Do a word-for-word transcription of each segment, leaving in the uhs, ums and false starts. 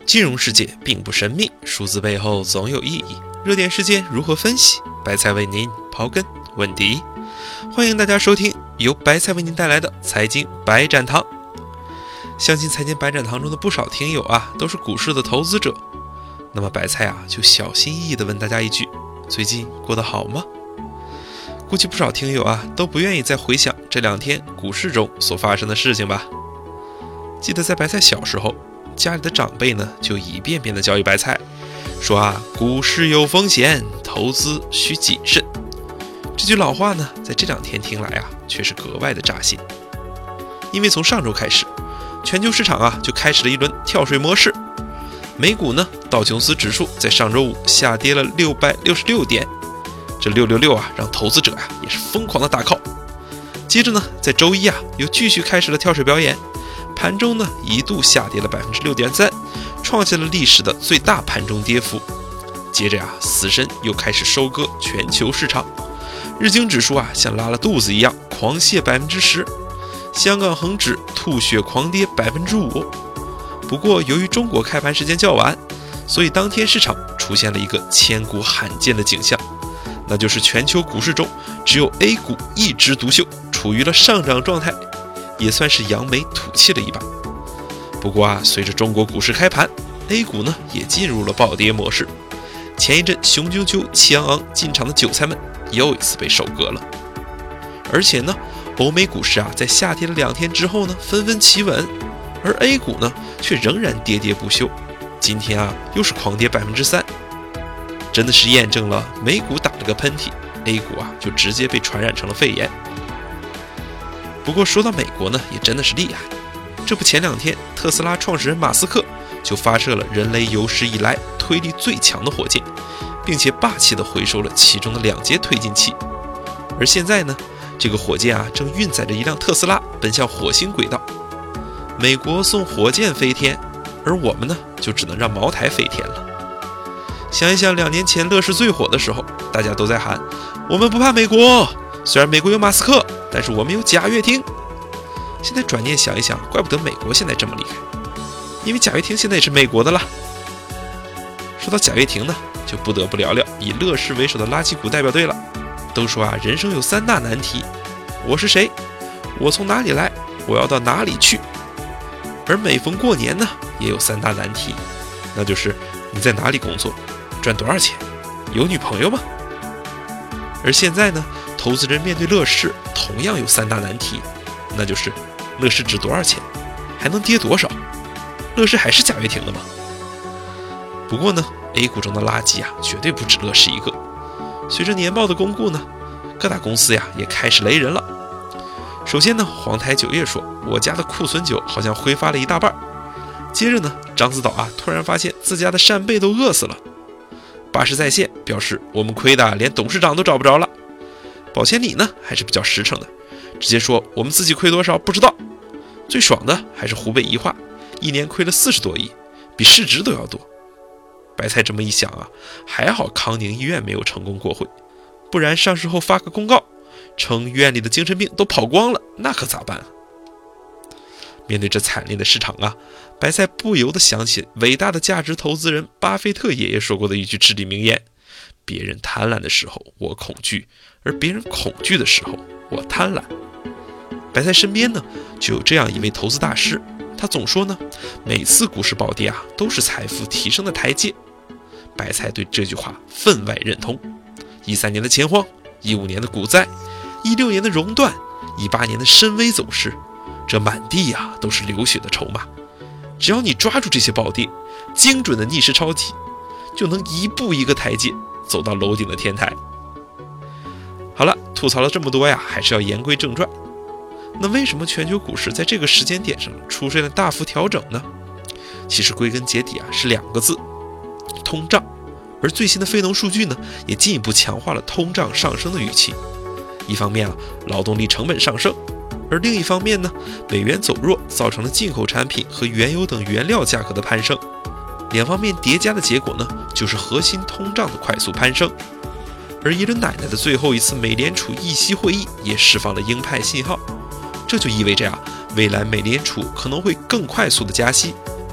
金融世界并不神秘，数字背后总有意义。热点事件如何分析？白菜为您刨根问底。欢迎大家收听由白菜为您带来的财经白展堂。相信财经白展堂中的不少听友啊，都是股市的投资者。那么白菜啊，就小心翼翼地问大家一句：最近过得好吗？估计不少听友啊，都不愿意再回想这两天股市中所发生的事情吧。记得在白菜小时候，家里的长辈呢，就一遍遍地教育白菜，说啊，股市有风险，投资需谨慎。这句老话呢，在这两天听来啊，却是格外的扎心。因为从上周开始，全球市场啊，就开始了一轮跳水模式。美股呢，道琼斯指数在上周五下跌了六百六十六点，这六六六啊，让投资者啊也是疯狂的大靠。接着呢，在周一啊，又继续开始了跳水表演，盘中呢一度下跌了 百分之六点三， 创下了历史的最大盘中跌幅。接着呀、啊，死神又开始收割全球市场，日经指数啊像拉了肚子一样狂泻 百分之十， 香港恒指吐血狂跌 百分之五。不过由于中国开盘时间较晚，所以当天市场出现了一个千古罕见的景象，那就是全球股市中只有 A 股一枝独秀，处于了上涨状态，也算是扬眉吐气了一把。不过啊，随着中国股市开盘， A 股呢也进入了暴跌模式。前一阵雄赳赳气昂昂进场的韭菜们又一次被收割了。而且呢，欧美股市啊在下跌了两天之后呢，纷纷企稳，而 A 股呢却仍然喋喋不休。今天啊又是狂跌 百分之三， 真的是验证了美股打了个喷嚏， A 股啊就直接被传染成了肺炎。不过说到美国呢，也真的是厉害。这不前两天特斯拉创始人马斯克就发射了人类有史以来推力最强的火箭，并且霸气地回收了其中的两节推进器。而现在呢，这个火箭啊正运载着一辆特斯拉奔向火星轨道。美国送火箭飞天，而我们呢就只能让茅台飞天了。想一想两年前乐视最火的时候，大家都在喊我们不怕美国，虽然美国有马斯克，但是我们有贾跃亭。现在转念想一想，怪不得美国现在这么厉害，因为贾跃亭现在也是美国的了。说到贾跃亭呢，就不得不聊聊以乐视为首的垃圾股代表队了。都说啊，人生有三大难题：我是谁？我从哪里来？我要到哪里去？而每逢过年呢，也有三大难题，那就是你在哪里工作，赚多少钱，有女朋友吗？而现在呢，投资人面对乐视同样有三大难题，那就是乐视值多少钱，还能跌多少？乐视还是贾跃亭的吗？不过呢 A 股中的垃圾啊，绝对不止乐视一个。随着年报的公布呢，各大公司呀也开始雷人了。首先呢，黄台酒业说，我家的库存酒好像挥发了一大半。接着呢，獐子岛啊突然发现自家的扇贝都饿死了。巴士在线表示，我们亏的连董事长都找不着了。保千里呢还是比较实诚的，直接说我们自己亏多少不知道。最爽的还是湖北宜化，一年亏了四十多亿，比市值都要多。白菜这么一想啊，还好康宁医院没有成功过会，不然上市后发个公告称医院里的精神病都跑光了，那可咋办啊？面对这惨烈的市场啊，白菜不由得想起伟大的价值投资人巴菲特爷爷说过的一句至理名言：别人贪婪的时候我恐惧，而别人恐惧的时候我贪婪。白菜身边呢就有这样一位投资大师，他总说呢，每次股市暴跌啊都是财富提升的台阶。白菜对这句话分外认同。一三年的钱荒，一五年的股灾，一六年的熔断，一八年的深 V 走势，这满地啊都是流血的筹码。只要你抓住这些暴跌，精准的逆势抄底，就能一步一个台阶走到楼顶的天台。好了，吐槽了这么多呀，还是要言归正传。那为什么全球股市在这个时间点上出现了大幅调整呢？其实归根结底啊是两个字：通胀。而最新的非农数据呢，也进一步强化了通胀上升的预期。一方面啊，劳动力成本上升，而另一方面呢，美元走弱造成了进口产品和原油等原料价格的攀升。两方面叠加的结果呢，就是核心通胀的快速攀升。而耶伦奶奶的最后一次美联储议息会议也释放了鹰派信号，这就意味着呀、啊，未来美联储可能会更快速的加息，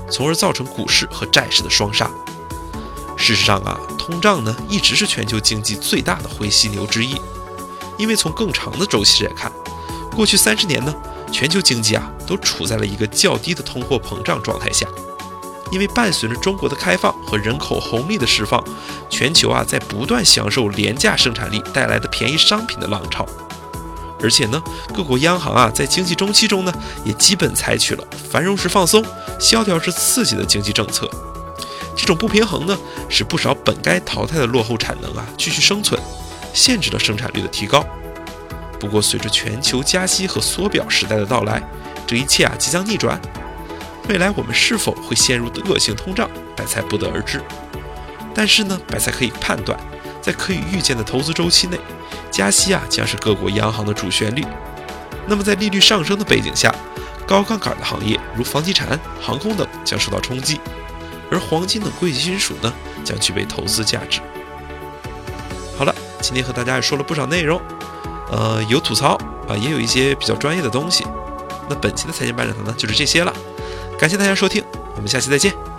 从而造成股市和债市的双杀。事实上啊，通胀呢一直是全球经济最大的灰犀牛之一，因为从更长的周期来看，过去三十年呢，全球经济啊都处在了一个较低的通货膨胀状态下。因为伴随着中国的开放和人口红利的释放，全球啊在不断享受廉价生产力带来的便宜商品的浪潮。而且呢，各国央行啊在经济周期中呢，也基本采取了繁荣时放松、萧条时刺激的经济政策。这种不平衡呢，使不少本该淘汰的落后产能啊继续生存，限制了生产率的提高。不过，随着全球加息和缩表时代的到来，这一切啊即将逆转。未来我们是否会陷入恶性通胀，白菜不得而知。但是呢，白菜可以判断，在可以预见的投资周期内，加息啊将是各国央行的主旋律。那么在利率上升的背景下，高杠杆的行业如房地产、航空等将受到冲击，而黄金等贵金属呢将具备投资价值。好了，今天和大家也说了不少内容，呃，有吐槽啊，也有一些比较专业的东西。那本期的财经白展堂呢就是这些了。感谢大家收听，我们下期再见。